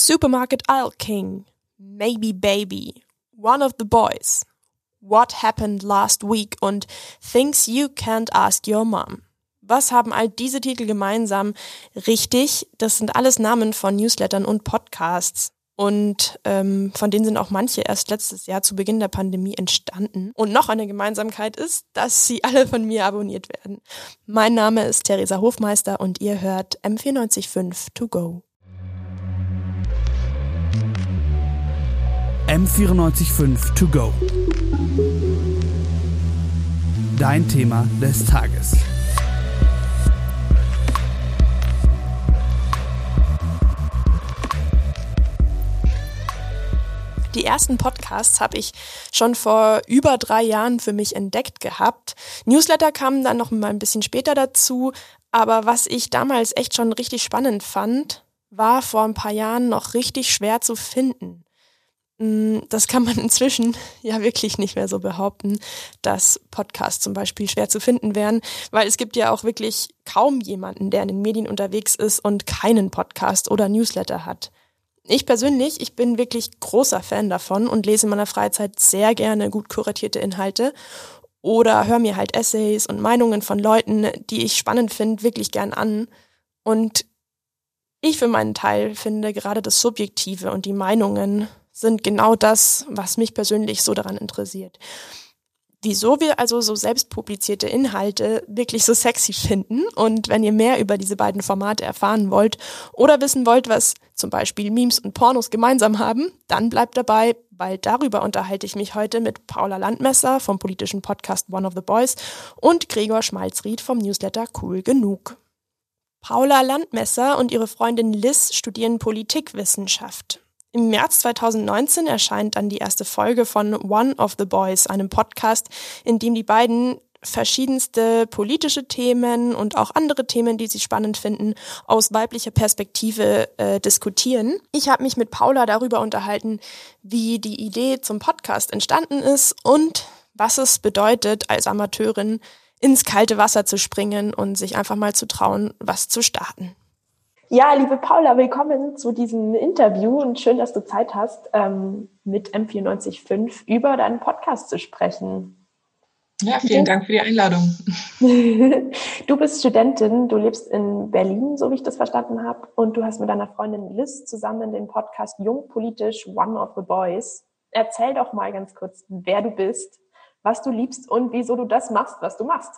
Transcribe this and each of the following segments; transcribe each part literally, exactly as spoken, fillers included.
Supermarket Aisle King, Maybe Baby, One of the Boys, What Happened Last Week und Things You Can't Ask Your Mom. Was haben all diese Titel gemeinsam? Richtig, das sind alles Namen von Newslettern und Podcasts. Und ähm, von denen sind auch manche erst letztes Jahr zu Beginn der Pandemie entstanden. Und noch eine Gemeinsamkeit ist, dass sie alle von mir abonniert werden. Mein Name ist Theresa Hofmeister und ihr hört M vierundneunzig Komma fünf To Go. M vierundneunzig Komma fünf To Go. Dein Thema des Tages. Die ersten Podcasts habe ich schon vor über drei Jahren für mich entdeckt gehabt. Newsletter kamen dann noch mal ein bisschen später dazu, aber was ich damals echt schon richtig spannend fand, war vor ein paar Jahren noch richtig schwer zu finden. Das kann man inzwischen ja wirklich nicht mehr so behaupten, dass Podcasts zum Beispiel schwer zu finden wären, weil es gibt ja auch wirklich kaum jemanden, der in den Medien unterwegs ist und keinen Podcast oder Newsletter hat. Ich persönlich, ich bin wirklich großer Fan davon und lese in meiner Freizeit sehr gerne gut kuratierte Inhalte oder höre mir halt Essays und Meinungen von Leuten, die ich spannend finde, wirklich gern an. Und ich für meinen Teil finde gerade das Subjektive und die Meinungen sind genau das, was mich persönlich so daran interessiert. Wieso wir also so selbstpublizierte Inhalte wirklich so sexy finden und wenn ihr mehr über diese beiden Formate erfahren wollt oder wissen wollt, was zum Beispiel Memes und Pornos gemeinsam haben, dann bleibt dabei, weil darüber unterhalte ich mich heute mit Paula Landmesser vom politischen Podcast One of the Boys und Gregor Schmalzried vom Newsletter Cool Genug. Paula Landmesser und ihre Freundin Liz studieren Politikwissenschaft. Im März zweitausendneunzehn erscheint dann die erste Folge von One of the Boys, einem Podcast, in dem die beiden verschiedenste politische Themen und auch andere Themen, die sie spannend finden, aus weiblicher Perspektive äh, diskutieren. Ich habe mich mit Paula darüber unterhalten, wie die Idee zum Podcast entstanden ist und was es bedeutet, als Amateurin ins kalte Wasser zu springen und sich einfach mal zu trauen, was zu starten. Ja, liebe Paula, willkommen zu diesem Interview und schön, dass du Zeit hast, ähm, mit M vierundneunzig Komma fünf über deinen Podcast zu sprechen. Ja, vielen Dank für die Einladung. Du bist Studentin, du lebst in Berlin, so wie ich das verstanden habe, und du hast mit deiner Freundin Liz zusammen den Podcast Jung Politisch One of the Boys. Erzähl doch mal ganz kurz, wer du bist, was du liebst und wieso du das machst, was du machst.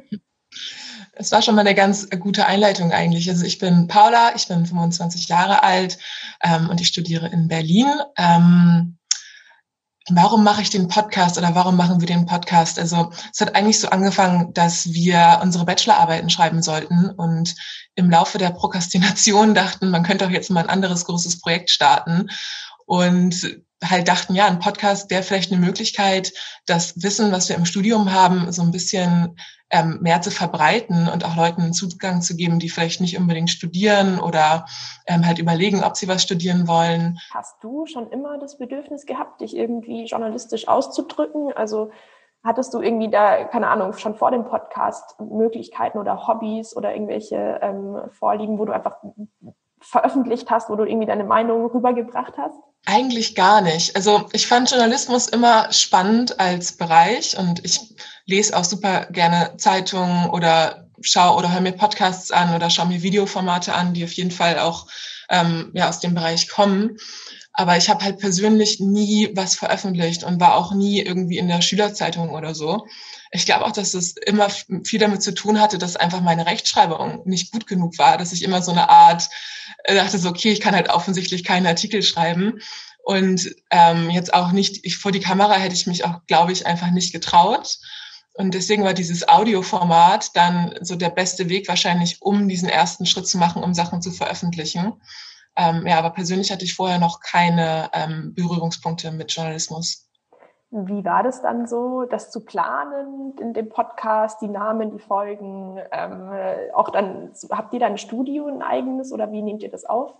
Es war schon mal eine ganz gute Einleitung eigentlich. Also ich bin Paula, ich bin fünfundzwanzig Jahre alt ähm, und ich studiere in Berlin. Ähm, warum mache ich den Podcast oder warum machen wir den Podcast? Also es hat eigentlich so angefangen, dass wir unsere Bachelorarbeiten schreiben sollten und im Laufe der Prokrastination dachten, man könnte auch jetzt mal ein anderes großes Projekt starten und halt dachten, ja, ein Podcast wäre vielleicht eine Möglichkeit, das Wissen, was wir im Studium haben, so ein bisschen ähm, mehr zu verbreiten und auch Leuten einen Zugang zu geben, die vielleicht nicht unbedingt studieren oder ähm, halt überlegen, ob sie was studieren wollen. Hast du schon immer das Bedürfnis gehabt, dich irgendwie journalistisch auszudrücken? Also hattest du irgendwie da, keine Ahnung, schon vor dem Podcast Möglichkeiten oder Hobbys oder irgendwelche ähm, Vorlieben, wo du einfach veröffentlicht hast, wo du irgendwie deine Meinung rübergebracht hast? Eigentlich gar nicht. Also ich fand Journalismus immer spannend als Bereich und ich lese auch super gerne Zeitungen oder schaue oder höre mir Podcasts an oder schaue mir Videoformate an, die auf jeden Fall auch ähm, ja aus dem Bereich kommen. Aber ich habe halt persönlich nie was veröffentlicht und war auch nie irgendwie in der Schülerzeitung oder so. Ich glaube auch, dass es immer viel damit zu tun hatte, dass einfach meine Rechtschreibung nicht gut genug war, dass ich immer so eine Art äh, dachte so, okay, ich kann halt offensichtlich keinen Artikel schreiben und ähm, jetzt auch nicht, ich vor die Kamera hätte ich mich auch, glaube ich, einfach nicht getraut. Und deswegen war dieses Audioformat dann so der beste Weg wahrscheinlich, um diesen ersten Schritt zu machen, um Sachen zu veröffentlichen. Ähm, ja, aber persönlich hatte ich vorher noch keine ähm, Berührungspunkte mit Journalismus. Wie war das dann so, das zu planen in dem Podcast, die Namen, die Folgen? Ähm, auch dann, habt ihr dann ein Studio, ein eigenes, oder wie nehmt ihr das auf?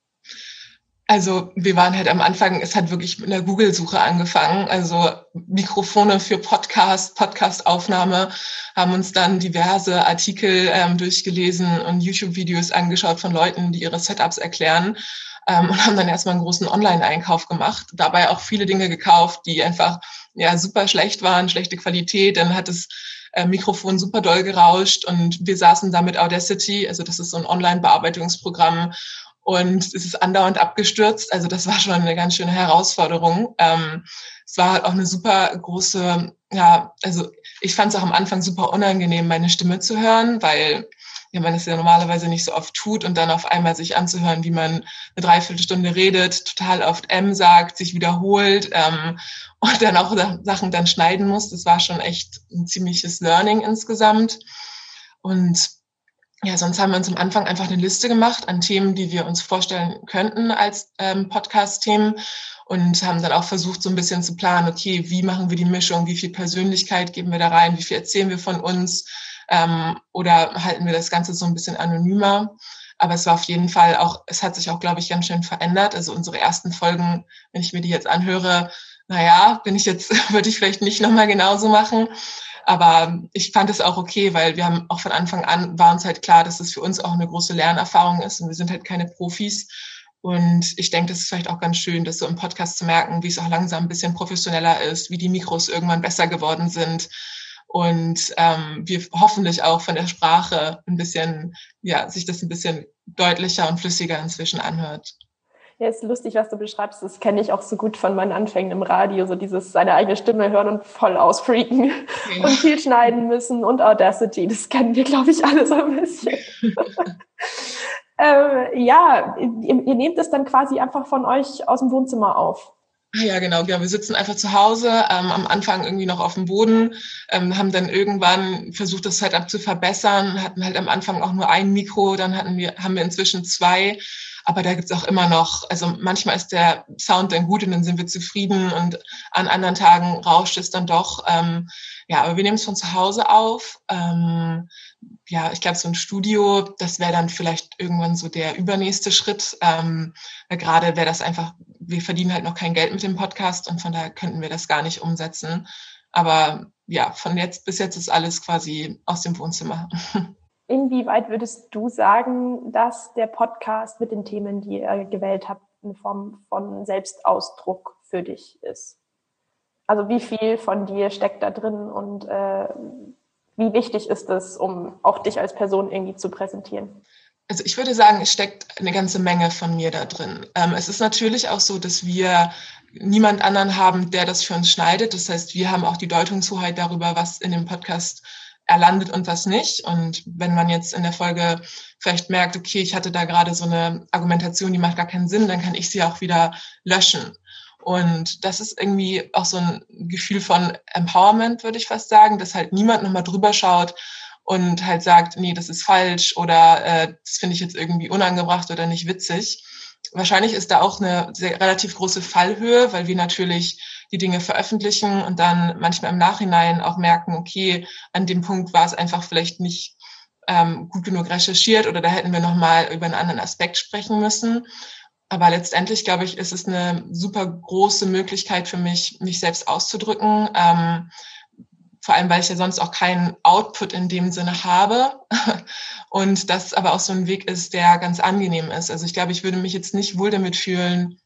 Also wir waren halt am Anfang, es hat wirklich mit einer Google-Suche angefangen, also Mikrofone für Podcast, Podcast-Aufnahme, haben uns dann diverse Artikel ähm, durchgelesen und YouTube-Videos angeschaut von Leuten, die ihre Setups erklären. ähm, und haben dann erstmal einen großen Online-Einkauf gemacht. Dabei auch viele Dinge gekauft, die einfach ja super schlecht waren, schlechte Qualität. Dann hat das äh, Mikrofon super doll gerauscht und wir saßen da mit Audacity, also das ist so ein Online-Bearbeitungsprogramm, und es ist andauernd abgestürzt. Also das war schon eine ganz schöne Herausforderung. Ähm, es war halt auch eine super große, ja, also ich fand es auch am Anfang super unangenehm, meine Stimme zu hören, weil ja, man es ja normalerweise nicht so oft tut und dann auf einmal sich anzuhören, wie man eine Dreiviertelstunde redet, total oft M sagt, sich wiederholt ähm, und dann auch Sachen dann schneiden muss. Das war schon echt ein ziemliches Learning insgesamt. Und ja, sonst haben wir uns am Anfang einfach eine Liste gemacht an Themen, die wir uns vorstellen könnten als ähm, Podcast-Themen und haben dann auch versucht, so ein bisschen zu planen, okay, wie machen wir die Mischung, wie viel Persönlichkeit geben wir da rein, wie viel erzählen wir von uns ähm, oder halten wir das Ganze so ein bisschen anonymer. Aber es war auf jeden Fall auch, es hat sich auch, glaube ich, ganz schön verändert. Also unsere ersten Folgen, wenn ich mir die jetzt anhöre, naja, bin ich jetzt, würde ich vielleicht nicht nochmal genauso machen. Aber ich fand es auch okay, weil wir haben auch von Anfang an, war uns halt klar, dass es für uns auch eine große Lernerfahrung ist und wir sind halt keine Profis. Und ich denke, das ist vielleicht auch ganz schön, das so im Podcast zu merken, wie es auch langsam ein bisschen professioneller ist, wie die Mikros irgendwann besser geworden sind und ähm, wir hoffentlich auch von der Sprache ein bisschen, ja, sich das ein bisschen deutlicher und flüssiger inzwischen anhört. Ja, ist lustig, was du beschreibst. Das kenne ich auch so gut von meinen Anfängen im Radio. So dieses seine eigene Stimme hören und voll ausfreaken ja. Und viel schneiden müssen und Audacity. Das kennen wir, glaube ich, alle so ein bisschen. ähm, ja, ihr, ihr nehmt es dann quasi einfach von euch aus dem Wohnzimmer auf. Ja, genau. Ja, wir sitzen einfach zu Hause, ähm, am Anfang irgendwie noch auf dem Boden, ähm, haben dann irgendwann versucht, das Setup zu verbessern, hatten halt am Anfang auch nur ein Mikro, dann hatten wir, haben wir inzwischen zwei. Aber da gibt's auch immer noch, also manchmal ist der Sound dann gut und dann sind wir zufrieden und an anderen Tagen rauscht es dann doch. Ähm, ja, aber wir nehmen es von zu Hause auf. Ähm, ja, ich glaube, so ein Studio, das wäre dann vielleicht irgendwann so der übernächste Schritt. Ähm, gerade wäre das einfach, wir verdienen halt noch kein Geld mit dem Podcast und von daher könnten wir das gar nicht umsetzen. Aber ja, von jetzt bis jetzt ist alles quasi aus dem Wohnzimmer. Inwieweit würdest du sagen, dass der Podcast mit den Themen, die ihr gewählt habt, eine Form von Selbstausdruck für dich ist? Also wie viel von dir steckt da drin und äh, wie wichtig ist es, um auch dich als Person irgendwie zu präsentieren? Also ich würde sagen, es steckt eine ganze Menge von mir da drin. Ähm, es ist natürlich auch so, dass wir niemand anderen haben, der das für uns schneidet. Das heißt, wir haben auch die Deutungshoheit darüber, was in dem Podcast er landet und was nicht. Und wenn man jetzt in der Folge vielleicht merkt, okay, ich hatte da gerade so eine Argumentation, die macht gar keinen Sinn, dann kann ich sie auch wieder löschen. Und das ist irgendwie auch so ein Gefühl von Empowerment, würde ich fast sagen, dass halt niemand nochmal drüber schaut und halt sagt, nee, das ist falsch oder äh, das finde ich jetzt irgendwie unangebracht oder nicht witzig. Wahrscheinlich ist da auch eine sehr, relativ große Fallhöhe, weil wir natürlich die Dinge veröffentlichen und dann manchmal im Nachhinein auch merken, okay, an dem Punkt war es einfach vielleicht nicht ähm, gut genug recherchiert oder da hätten wir nochmal über einen anderen Aspekt sprechen müssen. Aber letztendlich, glaube ich, ist es eine super große Möglichkeit für mich, mich selbst auszudrücken. Ähm, vor allem, weil ich ja sonst auch keinen Output in dem Sinne habe. Und das aber auch so ein Weg ist, der ganz angenehm ist. Also ich glaube, ich würde mich jetzt nicht wohl damit fühlen,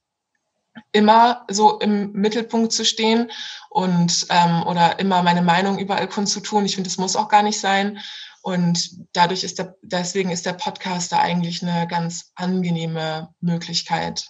immer so im Mittelpunkt zu stehen und ähm, oder immer meine Meinung überall kundzutun. Ich finde, das muss auch gar nicht sein. Und dadurch ist der, deswegen ist der Podcast da eigentlich eine ganz angenehme Möglichkeit.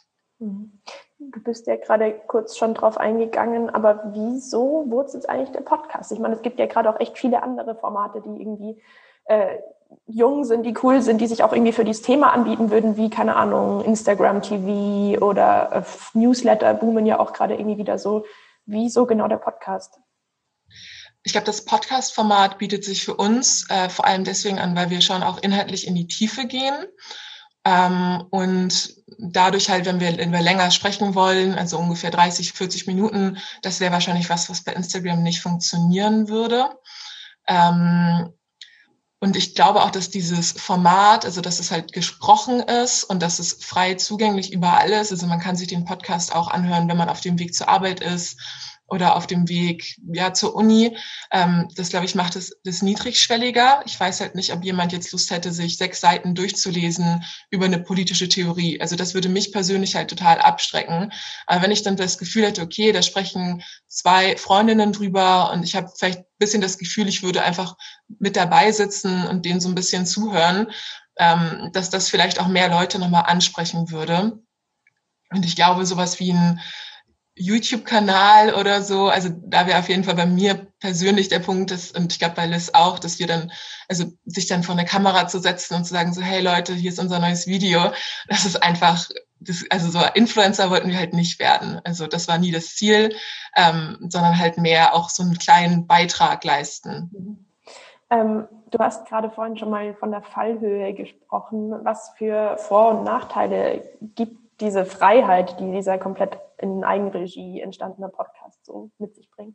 Du bist ja gerade kurz schon drauf eingegangen, aber wieso wurde es jetzt eigentlich der Podcast? Ich meine, es gibt ja gerade auch echt viele andere Formate, die irgendwie äh, jung sind, die cool sind, die sich auch irgendwie für dieses Thema anbieten würden, wie, keine Ahnung, Instagram T V oder äh, Newsletter boomen ja auch gerade irgendwie wieder so. Wieso genau der Podcast? Ich glaube, das Podcast-Format bietet sich für uns äh, vor allem deswegen an, weil wir schon auch inhaltlich in die Tiefe gehen. Ähm, und dadurch halt, wenn wir, wenn wir länger sprechen wollen, also ungefähr dreißig, vierzig Minuten, das wäre wahrscheinlich was, was bei Instagram nicht funktionieren würde. Ähm, und ich glaube auch, dass dieses Format, also dass es halt gesprochen ist und dass es frei zugänglich überall ist, also man kann sich den Podcast auch anhören, wenn man auf dem Weg zur Arbeit ist oder auf dem Weg ja zur Uni. Ähm, das, glaube ich, macht es das niedrigschwelliger. Ich weiß halt nicht, ob jemand jetzt Lust hätte, sich sechs Seiten durchzulesen über eine politische Theorie. Also das würde mich persönlich halt total abschrecken. Aber wenn ich dann das Gefühl hätte, okay, da sprechen zwei Freundinnen drüber und ich habe vielleicht ein bisschen das Gefühl, ich würde einfach mit dabei sitzen und denen so ein bisschen zuhören, ähm, dass das vielleicht auch mehr Leute nochmal ansprechen würde. Und ich glaube, sowas wie ein YouTube-Kanal oder so, also da wäre auf jeden Fall bei mir persönlich der Punkt, dass, und ich glaube bei Liz auch, dass wir dann, also sich dann vor eine Kamera zu setzen und zu sagen so, hey Leute, hier ist unser neues Video, das ist einfach, das, also so Influencer wollten wir halt nicht werden. Also das war nie das Ziel, ähm, sondern halt mehr auch so einen kleinen Beitrag leisten. Mhm. Ähm, du hast gerade vorhin schon mal von der Fallhöhe gesprochen. Was für Vor- und Nachteile gibt diese Freiheit, die dieser komplett in Eigenregie entstandene Podcast so mit sich bringt?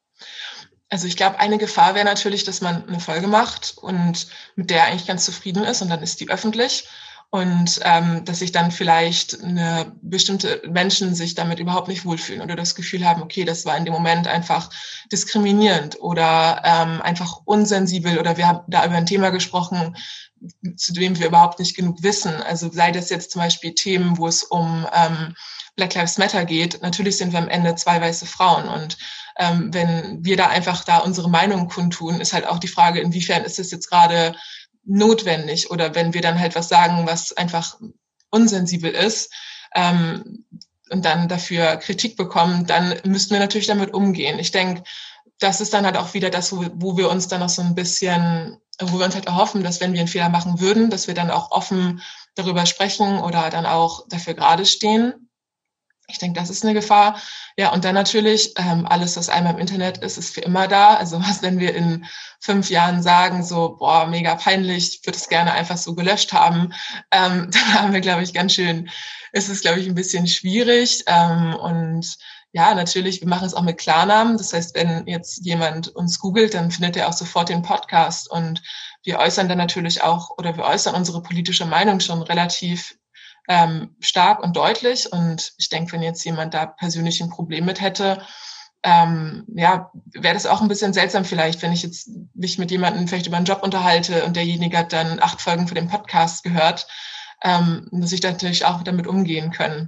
Also ich glaube, eine Gefahr wäre natürlich, dass man eine Folge macht und mit der eigentlich ganz zufrieden ist und dann ist die öffentlich und ähm, dass sich dann vielleicht eine bestimmte Menschen sich damit überhaupt nicht wohlfühlen oder das Gefühl haben, okay, das war in dem Moment einfach diskriminierend oder ähm, einfach unsensibel oder wir haben da über ein Thema gesprochen, zu dem wir überhaupt nicht genug wissen. Also sei das jetzt zum Beispiel Themen, wo es um ähm, Black Lives Matter geht. Natürlich sind wir am Ende zwei weiße Frauen und ähm, wenn wir da einfach da unsere Meinung kundtun, ist halt auch die Frage, inwiefern ist es jetzt gerade notwendig oder wenn wir dann halt was sagen, was einfach unsensibel ist ähm, und dann dafür Kritik bekommen, dann müssten wir natürlich damit umgehen. Ich denke, das ist dann halt auch wieder das, wo, wo wir uns dann noch so ein bisschen, wo wir uns halt erhoffen, dass wenn wir einen Fehler machen würden, dass wir dann auch offen darüber sprechen oder dann auch dafür gerade stehen. Ich denke, das ist eine Gefahr. Ja, und dann natürlich, ähm, alles, was einmal im Internet ist, ist für immer da. Also was, wenn wir in fünf Jahren sagen, so, boah, mega peinlich, ich würde es gerne einfach so gelöscht haben, ähm, dann haben wir, glaube ich, ganz schön, ist es, glaube ich, ein bisschen schwierig. Ähm, und ja, natürlich, wir machen es auch mit Klarnamen. Das heißt, wenn jetzt jemand uns googelt, dann findet er auch sofort den Podcast. Und wir äußern dann natürlich auch, oder wir äußern unsere politische Meinung schon relativ ähm, stark und deutlich. Und ich denke, wenn jetzt jemand da persönlich ein Problem mit hätte, ähm, ja, wäre das auch ein bisschen seltsam vielleicht, wenn ich jetzt mich mit jemandem vielleicht über einen Job unterhalte und derjenige hat dann acht Folgen für den Podcast gehört, ähm, muss ich natürlich auch damit umgehen können.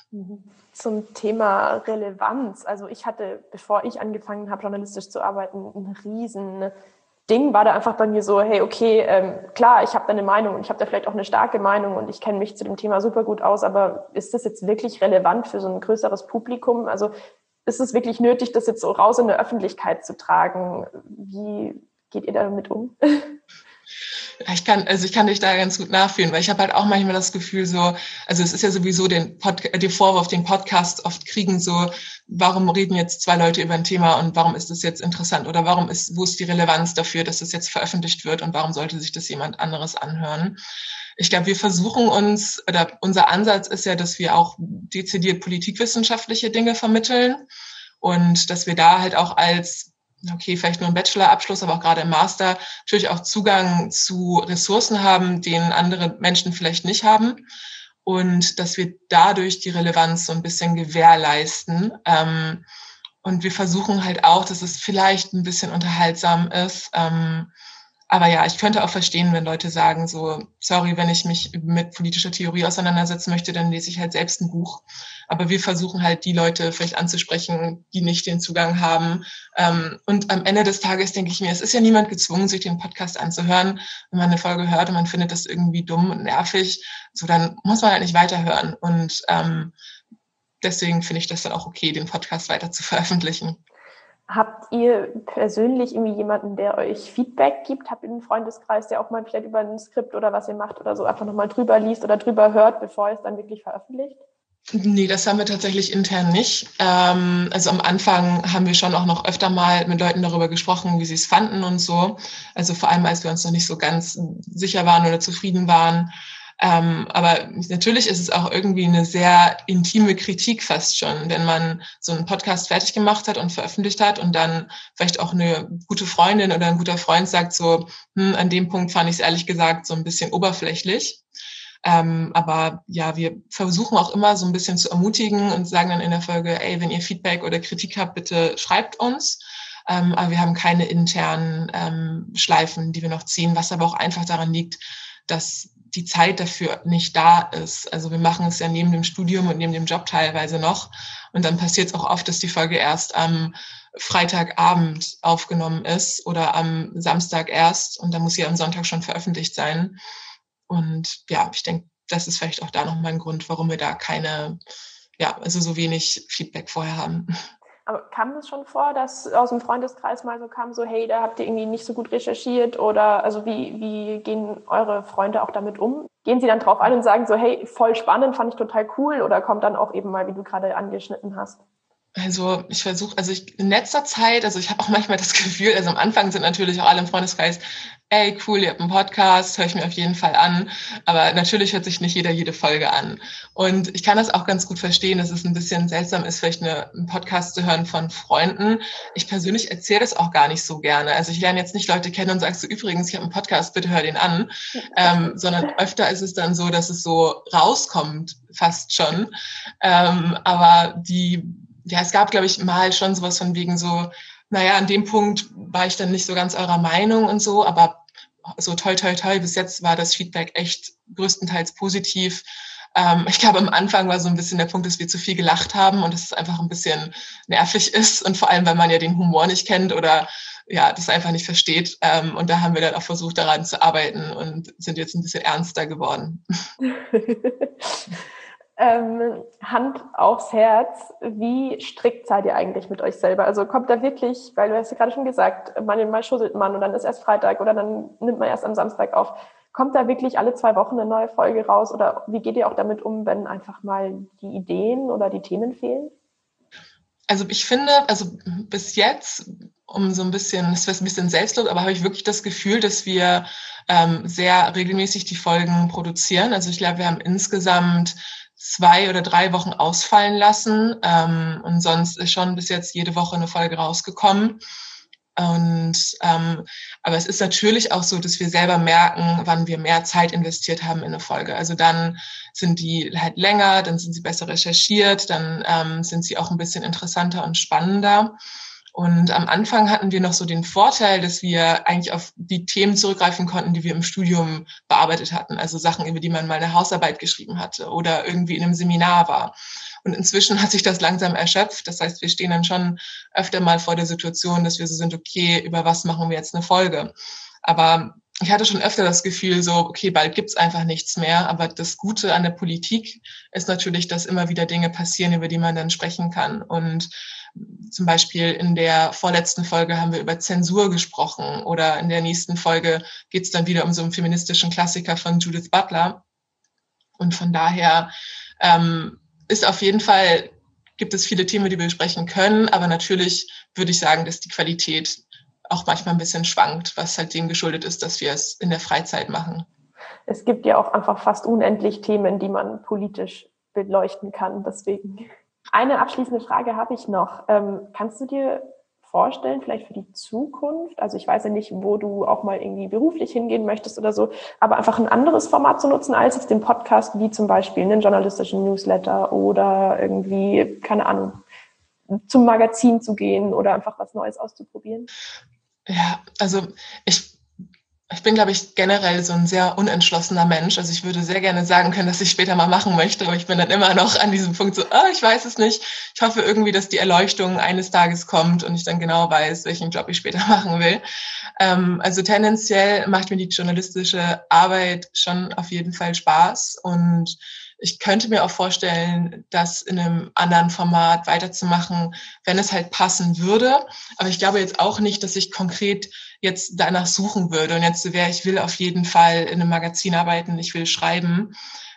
Zum Thema Relevanz. Also ich hatte, bevor ich angefangen habe, journalistisch zu arbeiten, ein riesen Ding war da einfach bei mir so, hey, okay, ähm, klar, ich habe da eine Meinung und ich habe da vielleicht auch eine starke Meinung und ich kenne mich zu dem Thema super gut aus, aber ist das jetzt wirklich relevant für so ein größeres Publikum? Also ist es wirklich nötig, das jetzt so raus in der Öffentlichkeit zu tragen? Wie geht ihr damit um? Ich kann, also ich kann dich da ganz gut nachfühlen, weil ich habe halt auch manchmal das Gefühl so, also es ist ja sowieso den, Pod, den Vorwurf, den Podcast oft kriegen, so, warum reden jetzt zwei Leute über ein Thema und warum ist das jetzt interessant oder warum ist, wo ist die Relevanz dafür, dass das jetzt veröffentlicht wird und warum sollte sich das jemand anderes anhören? Ich glaube, wir versuchen uns, oder unser Ansatz ist ja, dass wir auch dezidiert politikwissenschaftliche Dinge vermitteln und dass wir da halt auch als okay, vielleicht nur ein Bachelorabschluss, aber auch gerade im Master natürlich auch Zugang zu Ressourcen haben, den andere Menschen vielleicht nicht haben und dass wir dadurch die Relevanz so ein bisschen gewährleisten. Ähm, und wir versuchen halt auch, dass es vielleicht ein bisschen unterhaltsam ist. Ähm, aber ja, ich könnte auch verstehen, wenn Leute sagen so, sorry, wenn ich mich mit politischer Theorie auseinandersetzen möchte, dann lese ich halt selbst ein Buch. Aber wir versuchen halt die Leute vielleicht anzusprechen, die nicht den Zugang haben. Und am Ende des Tages denke ich mir, es ist ja niemand gezwungen, sich den Podcast anzuhören. Wenn man eine Folge hört und man findet das irgendwie dumm und nervig, so dann muss man halt nicht weiterhören. Und ähm, deswegen finde ich das dann auch okay, den Podcast weiter zu veröffentlichen. Habt ihr persönlich irgendwie jemanden, der euch Feedback gibt? Habt ihr einen Freundeskreis, der auch mal vielleicht über ein Skript oder was ihr macht oder so einfach nochmal drüber liest oder drüber hört, bevor ihr es dann wirklich veröffentlicht? Nee, das haben wir tatsächlich intern nicht. Ähm, also am Anfang haben wir schon auch noch öfter mal mit Leuten darüber gesprochen, wie sie es fanden und so. Also vor allem, als wir uns noch nicht so ganz sicher waren oder zufrieden waren. Ähm, aber natürlich ist es auch irgendwie eine sehr intime Kritik fast schon, wenn man so einen Podcast fertig gemacht hat und veröffentlicht hat und dann vielleicht auch eine gute Freundin oder ein guter Freund sagt so, hm, an dem Punkt fand ich es ehrlich gesagt so ein bisschen oberflächlich. Ähm, aber ja, wir versuchen auch immer so ein bisschen zu ermutigen und sagen dann in der Folge, ey, wenn ihr Feedback oder Kritik habt, bitte schreibt uns. Ähm, aber wir haben keine internen ähm, Schleifen, die wir noch ziehen, was aber auch einfach daran liegt, dass die Zeit dafür nicht da ist. Also wir machen es ja neben dem Studium und neben dem Job teilweise noch. Und dann passiert es auch oft, dass die Folge erst am Freitagabend aufgenommen ist oder am Samstag erst. Und dann muss sie am Sonntag schon veröffentlicht sein. Und ja, ich denke, das ist vielleicht auch da nochmal ein Grund, warum wir da keine, ja, also so wenig Feedback vorher haben. Aber kam das schon vor, dass aus dem Freundeskreis mal so kam, so hey, da habt ihr irgendwie nicht so gut recherchiert oder also wie, wie gehen eure Freunde auch damit um? Gehen sie dann drauf ein und sagen so, hey, voll spannend, fand ich total cool oder kommt dann auch eben mal, wie du gerade angeschnitten hast? Also ich versuche, also ich in letzter Zeit, also ich habe auch manchmal das Gefühl, also am Anfang sind natürlich auch alle im Freundeskreis, ey, cool, ihr habt einen Podcast, höre ich mir auf jeden Fall an. Aber natürlich hört sich nicht jeder jede Folge an. Und ich kann das auch ganz gut verstehen, dass es ein bisschen seltsam ist, vielleicht eine, einen Podcast zu hören von Freunden. Ich persönlich erzähle das auch gar nicht so gerne. Also ich lerne jetzt nicht Leute kennen und sage so, übrigens, ich habe einen Podcast, bitte hör den an. Ähm, sondern öfter ist es dann so, dass es so rauskommt, fast schon. Ähm, aber die Ja, es gab, glaube ich, mal schon sowas von wegen so, naja, an dem Punkt war ich dann nicht so ganz eurer Meinung und so, aber so toi, toi, toi, bis jetzt war das Feedback echt größtenteils positiv. Ähm, ich glaube, am Anfang war so ein bisschen der Punkt, dass wir zu viel gelacht haben und dass es einfach ein bisschen nervig ist und vor allem, weil man ja den Humor nicht kennt oder ja, das einfach nicht versteht. Ähm, und da haben wir dann auch versucht, daran zu arbeiten und sind jetzt ein bisschen ernster geworden. Ähm, Hand aufs Herz, wie strikt seid ihr eigentlich mit euch selber? Also kommt da wirklich, weil du hast ja gerade schon gesagt, manchmal schusselt man und dann ist erst Freitag oder dann nimmt man erst am Samstag auf. Kommt da wirklich alle zwei Wochen eine neue Folge raus oder wie geht ihr auch damit um, wenn einfach mal die Ideen oder die Themen fehlen? Also ich finde, also bis jetzt, um so ein bisschen, das wäre ein bisschen Selbstlob, aber habe ich wirklich das Gefühl, dass wir ähm, sehr regelmäßig die Folgen produzieren. Also ich glaube, wir haben insgesamt zwei oder drei Wochen ausfallen lassen ähm, und sonst ist schon bis jetzt jede Woche eine Folge rausgekommen. Und ähm, aber es ist natürlich auch so, dass wir selber merken, wann wir mehr Zeit investiert haben in eine Folge. Also dann sind die halt länger, dann sind sie besser recherchiert, dann ähm, sind sie auch ein bisschen interessanter und spannender. Und am Anfang hatten wir noch so den Vorteil, dass wir eigentlich auf die Themen zurückgreifen konnten, die wir im Studium bearbeitet hatten. Also Sachen, über die man mal eine Hausarbeit geschrieben hatte oder irgendwie in einem Seminar war. Und inzwischen hat sich das langsam erschöpft. Das heißt, wir stehen dann schon öfter mal vor der Situation, dass wir so sind, okay, über was machen wir jetzt eine Folge? Aber ich hatte schon öfter das Gefühl, so, okay, bald gibt's einfach nichts mehr. Aber das Gute an der Politik ist natürlich, dass immer wieder Dinge passieren, über die man dann sprechen kann. Und zum Beispiel in der vorletzten Folge haben wir über Zensur gesprochen oder in der nächsten Folge geht's dann wieder um so einen feministischen Klassiker von Judith Butler. Und von daher ähm, ist auf jeden Fall, gibt es viele Themen, die wir besprechen können, aber natürlich würde ich sagen, dass die Qualität auch manchmal ein bisschen schwankt, was halt dem geschuldet ist, dass wir es in der Freizeit machen. Es gibt ja auch einfach fast unendlich Themen, die man politisch beleuchten kann, deswegen. Eine abschließende Frage habe ich noch. Ähm, kannst du dir vorstellen, vielleicht für die Zukunft, also ich weiß ja nicht, wo du auch mal irgendwie beruflich hingehen möchtest oder so, aber einfach ein anderes Format zu nutzen als jetzt den Podcast, wie zum Beispiel einen journalistischen Newsletter oder irgendwie, keine Ahnung, zum Magazin zu gehen oder einfach was Neues auszuprobieren? Ja, also ich Ich bin, glaube ich, generell so ein sehr unentschlossener Mensch. Also ich würde sehr gerne sagen können, dass ich später mal machen möchte, aber ich bin dann immer noch an diesem Punkt so, oh, ich weiß es nicht. Ich hoffe irgendwie, dass die Erleuchtung eines Tages kommt und ich dann genau weiß, welchen Job ich später machen will. Ähm, also tendenziell macht mir die journalistische Arbeit schon auf jeden Fall Spaß und ich könnte mir auch vorstellen, das in einem anderen Format weiterzumachen, wenn es halt passen würde. Aber ich glaube jetzt auch nicht, dass ich konkret jetzt danach suchen würde. Und jetzt so wäre, ich will auf jeden Fall in einem Magazin arbeiten, ich will schreiben.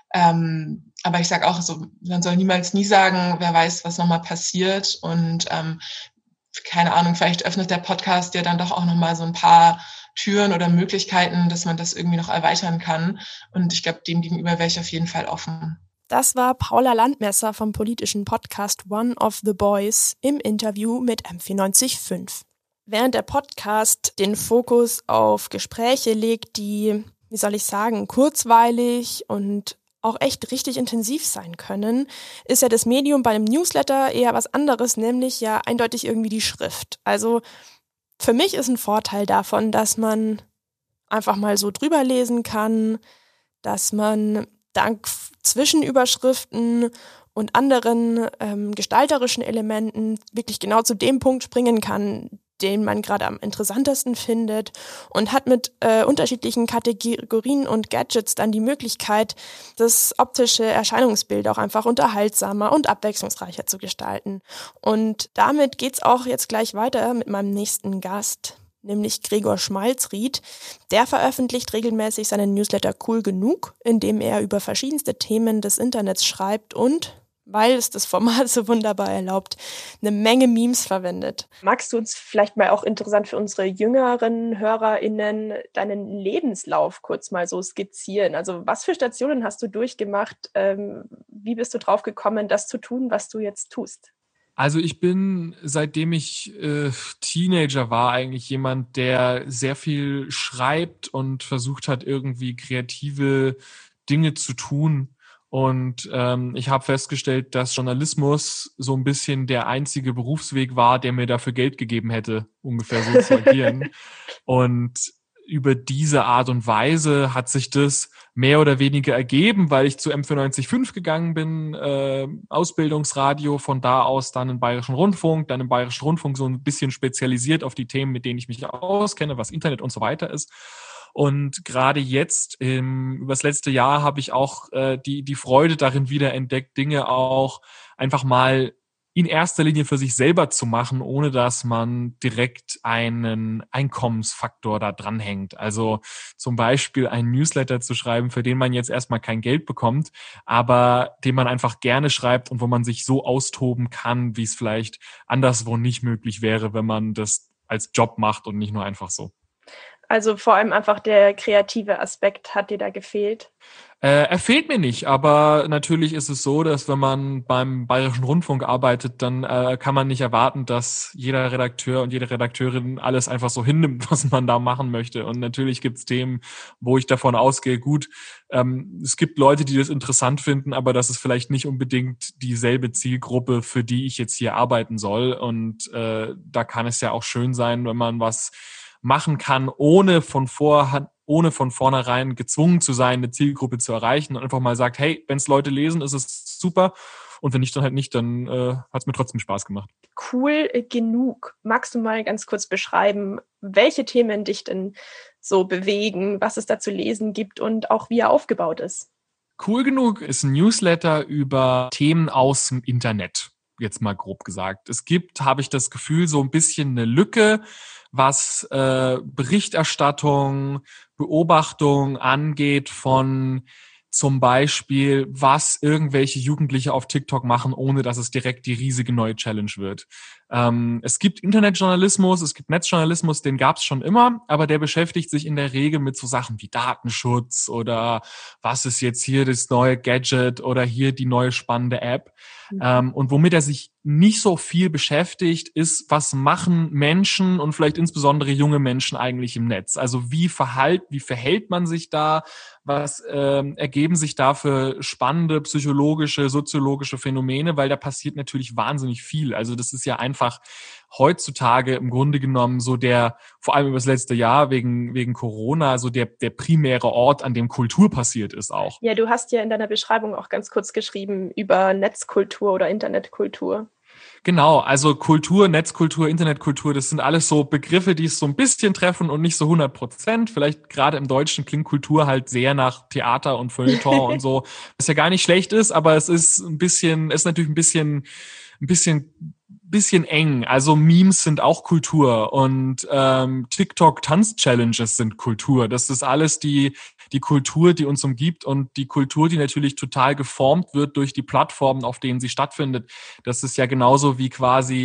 Ähm, aber ich sage auch so, man soll niemals nie sagen, wer weiß, was nochmal passiert. Und ähm, keine Ahnung, vielleicht öffnet der Podcast ja dann doch auch nochmal so ein paar Türen oder Möglichkeiten, dass man das irgendwie noch erweitern kann. Und ich glaube, dem gegenüber wäre ich auf jeden Fall offen. Das war Paula Landmesser vom politischen Podcast One of the Boys im Interview mit M vierundneunzig Komma fünf. Während der Podcast den Fokus auf Gespräche legt, die, wie soll ich sagen, kurzweilig und auch echt richtig intensiv sein können, ist ja das Medium bei einem Newsletter eher was anderes, nämlich ja eindeutig irgendwie die Schrift. Also für mich ist ein Vorteil davon, dass man einfach mal so drüber lesen kann, dass man dank Zwischenüberschriften und anderen ähm, gestalterischen Elementen wirklich genau zu dem Punkt springen kann, den man gerade am interessantesten findet, und hat mit äh, unterschiedlichen Kategorien und Gadgets dann die Möglichkeit, das optische Erscheinungsbild auch einfach unterhaltsamer und abwechslungsreicher zu gestalten. Und damit geht's auch jetzt gleich weiter mit meinem nächsten Gast, nämlich Gregor Schmalzried. Der veröffentlicht regelmäßig seinen Newsletter Cool Genug, in dem er über verschiedenste Themen des Internets schreibt und, weil es das Format so wunderbar erlaubt, eine Menge Memes verwendet. Magst du uns vielleicht mal, auch interessant für unsere jüngeren HörerInnen, deinen Lebenslauf kurz mal so skizzieren? Also was für Stationen hast du durchgemacht? Ähm, wie bist du drauf gekommen, das zu tun, was du jetzt tust? Also ich bin, seitdem ich äh, Teenager war, eigentlich jemand, der sehr viel schreibt und versucht hat, irgendwie kreative Dinge zu tun. Und ähm, ich habe festgestellt, dass Journalismus so ein bisschen der einzige Berufsweg war, der mir dafür Geld gegeben hätte, ungefähr so zu agieren. Und über diese Art und Weise hat sich das mehr oder weniger ergeben, weil ich zu M vierundneunzig Komma fünf gegangen bin, äh, Ausbildungsradio, von da aus dann im Bayerischen Rundfunk, dann im Bayerischen Rundfunk so ein bisschen spezialisiert auf die Themen, mit denen ich mich auskenne, was Internet und so weiter ist. Und gerade jetzt, im, über das letzte Jahr, habe ich auch äh, die die Freude darin wiederentdeckt, Dinge auch einfach mal in erster Linie für sich selber zu machen, ohne dass man direkt einen Einkommensfaktor da dranhängt. Also zum Beispiel einen Newsletter zu schreiben, für den man jetzt erstmal kein Geld bekommt, aber den man einfach gerne schreibt und wo man sich so austoben kann, wie es vielleicht anderswo nicht möglich wäre, wenn man das als Job macht und nicht nur einfach so. Also vor allem einfach der kreative Aspekt hat dir da gefehlt? Äh, er fehlt mir nicht, aber natürlich ist es so, dass wenn man beim Bayerischen Rundfunk arbeitet, dann äh, kann man nicht erwarten, dass jeder Redakteur und jede Redakteurin alles einfach so hinnimmt, was man da machen möchte. Und natürlich gibt es Themen, wo ich davon ausgehe, gut, ähm, es gibt Leute, die das interessant finden, aber das ist vielleicht nicht unbedingt dieselbe Zielgruppe, für die ich jetzt hier arbeiten soll. Und äh, da kann es ja auch schön sein, wenn man was machen kann, ohne von vorhand ohne von vornherein gezwungen zu sein, eine Zielgruppe zu erreichen, und einfach mal sagt, hey, wenn es Leute lesen, ist es super, und wenn nicht, dann halt nicht, dann äh, hat es mir trotzdem Spaß gemacht. Cool genug. Magst du mal ganz kurz beschreiben, welche Themen dich denn so bewegen, was es da zu lesen gibt und auch wie er aufgebaut ist? Cool genug ist ein Newsletter über Themen aus dem Internet, jetzt mal grob gesagt. Es gibt, habe ich das Gefühl, so ein bisschen eine Lücke, was äh, Berichterstattung, Beobachtung angeht von zum Beispiel, was irgendwelche Jugendliche auf TikTok machen, ohne dass es direkt die riesige neue Challenge wird. Ähm, es gibt Internetjournalismus, es gibt Netzjournalismus, den gab es schon immer, aber der beschäftigt sich in der Regel mit so Sachen wie Datenschutz oder was ist jetzt hier das neue Gadget oder hier die neue spannende App. Mhm. Ähm, und womit er sich nicht so viel beschäftigt, ist, was machen Menschen und vielleicht insbesondere junge Menschen eigentlich im Netz? Also wie verhalt, wie verhält man sich da? Was ähm, ergeben sich da für spannende psychologische, soziologische Phänomene? Weil da passiert natürlich wahnsinnig viel. Also das ist ja einfach heutzutage im Grunde genommen so der, vor allem über das letzte Jahr wegen wegen Corona, so der der primäre Ort, an dem Kultur passiert ist auch. Ja, du hast ja in deiner Beschreibung auch ganz kurz geschrieben über Netzkultur oder Internetkultur. Genau, also Kultur, Netzkultur, Internetkultur, das sind alles so Begriffe, die es so ein bisschen treffen und nicht so hundert Prozent. Vielleicht gerade im Deutschen klingt Kultur halt sehr nach Theater und Feuilleton und so, was ja gar nicht schlecht ist, aber es ist ein bisschen, ist natürlich ein bisschen, ein bisschen bisschen eng. Also Memes sind auch Kultur und ähm, TikTok-Tanz-Challenges sind Kultur. Das ist alles die die Kultur, die uns umgibt und die Kultur, die natürlich total geformt wird durch die Plattformen, auf denen sie stattfindet. Das ist ja genauso wie quasi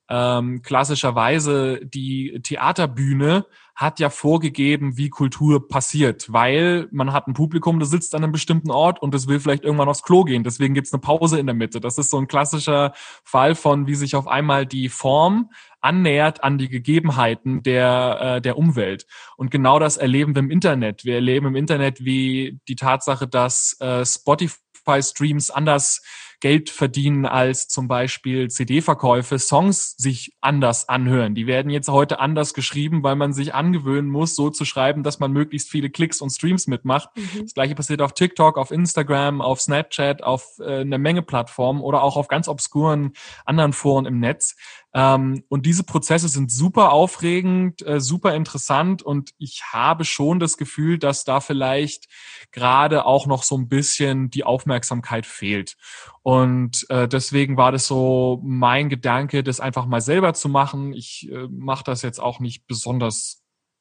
Ähm, klassischerweise die Theaterbühne hat ja vorgegeben, wie Kultur passiert, weil man hat ein Publikum, das sitzt an einem bestimmten Ort und das will vielleicht irgendwann aufs Klo gehen. Deswegen gibt's eine Pause in der Mitte. Das ist so ein klassischer Fall von, wie sich auf einmal die Form annähert an die Gegebenheiten der äh, der Umwelt. Und genau das erleben wir im Internet. Wir erleben im Internet, wie die Tatsache, dass äh, Spotify-Streams anders Geld verdienen als zum Beispiel C D-Verkäufe, Songs sich anders anhören. Die werden jetzt heute anders geschrieben, weil man sich angewöhnen muss, so zu schreiben, dass man möglichst viele Klicks und Streams mitmacht. Mhm. Das gleiche passiert auf TikTok, auf Instagram, auf Snapchat, auf äh, eine Menge Plattformen oder auch auf ganz obskuren anderen Foren im Netz. Ähm, und diese Prozesse sind super aufregend, äh, super interessant und ich habe schon das Gefühl, dass da vielleicht gerade auch noch so ein bisschen die Aufmerksamkeit fehlt. Und äh, deswegen war das so mein Gedanke, das einfach mal selber zu machen. Ich äh, mache das jetzt auch nicht besonders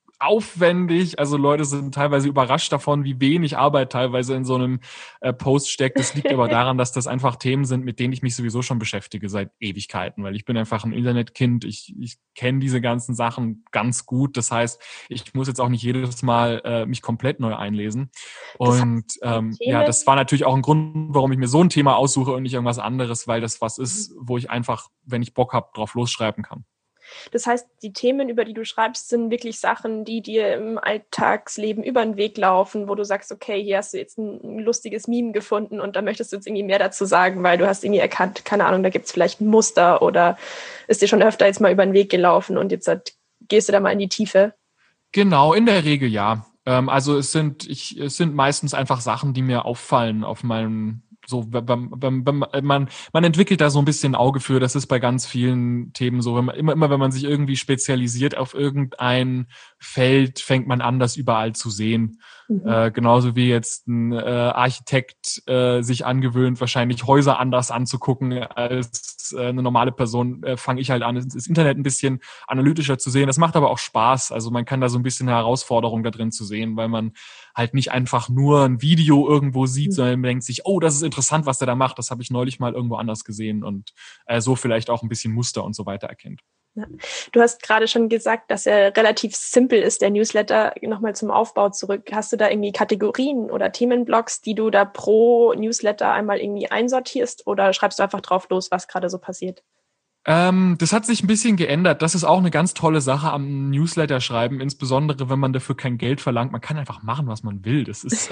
aufwendig. Also Leute sind teilweise überrascht davon, wie wenig Arbeit teilweise in so einem äh, Post steckt. Das liegt aber daran, dass das einfach Themen sind, mit denen ich mich sowieso schon beschäftige seit Ewigkeiten, weil ich bin einfach ein Internetkind. Ich, ich kenne diese ganzen Sachen ganz gut. Das heißt, ich muss jetzt auch nicht jedes Mal äh, mich komplett neu einlesen. Und ähm, ja, das war natürlich auch ein Grund, warum ich mir so ein Thema aussuche und nicht irgendwas anderes, weil das was ist, wo ich einfach, wenn ich Bock habe, drauf losschreiben kann. Das heißt, die Themen, über die du schreibst, sind wirklich Sachen, die dir im Alltagsleben über den Weg laufen, wo du sagst, okay, hier hast du jetzt ein lustiges Meme gefunden und da möchtest du jetzt irgendwie mehr dazu sagen, weil du hast irgendwie erkannt, keine Ahnung, da gibt es vielleicht ein Muster oder ist dir schon öfter jetzt mal über den Weg gelaufen und jetzt halt, gehst du da mal in die Tiefe? Genau, in der Regel ja. Ähm, also es sind, ich, es sind meistens einfach Sachen, die mir auffallen auf meinem So, wenn, wenn, wenn man, man entwickelt da so ein bisschen ein Auge für, das ist bei ganz vielen Themen so, wenn man, immer, immer wenn man sich irgendwie spezialisiert auf irgendein Feld, fängt man an, das überall zu sehen. Mhm. Äh, genauso wie jetzt ein äh, Architekt äh, sich angewöhnt, wahrscheinlich Häuser anders anzugucken als äh, eine normale Person, äh, fange ich halt an, das Internet ein bisschen analytischer zu sehen. Das macht aber auch Spaß. Also man kann da so ein bisschen eine Herausforderung da drin zu sehen, weil man halt nicht einfach nur ein Video irgendwo sieht, mhm. sondern man denkt sich, oh, das ist interessant, was der da macht. Das habe ich neulich mal irgendwo anders gesehen und äh, so vielleicht auch ein bisschen Muster und so weiter erkennt. Ja. Du hast gerade schon gesagt, dass er relativ simpel ist, der Newsletter. Nochmal zum Aufbau zurück. Hast du da irgendwie Kategorien oder Themenblocks, die du da pro Newsletter einmal irgendwie einsortierst oder schreibst du einfach drauf los, was gerade so passiert? Ähm, das hat sich ein bisschen geändert. Das ist auch eine ganz tolle Sache am Newsletter schreiben, insbesondere wenn man dafür kein Geld verlangt. Man kann einfach machen, was man will. Das ist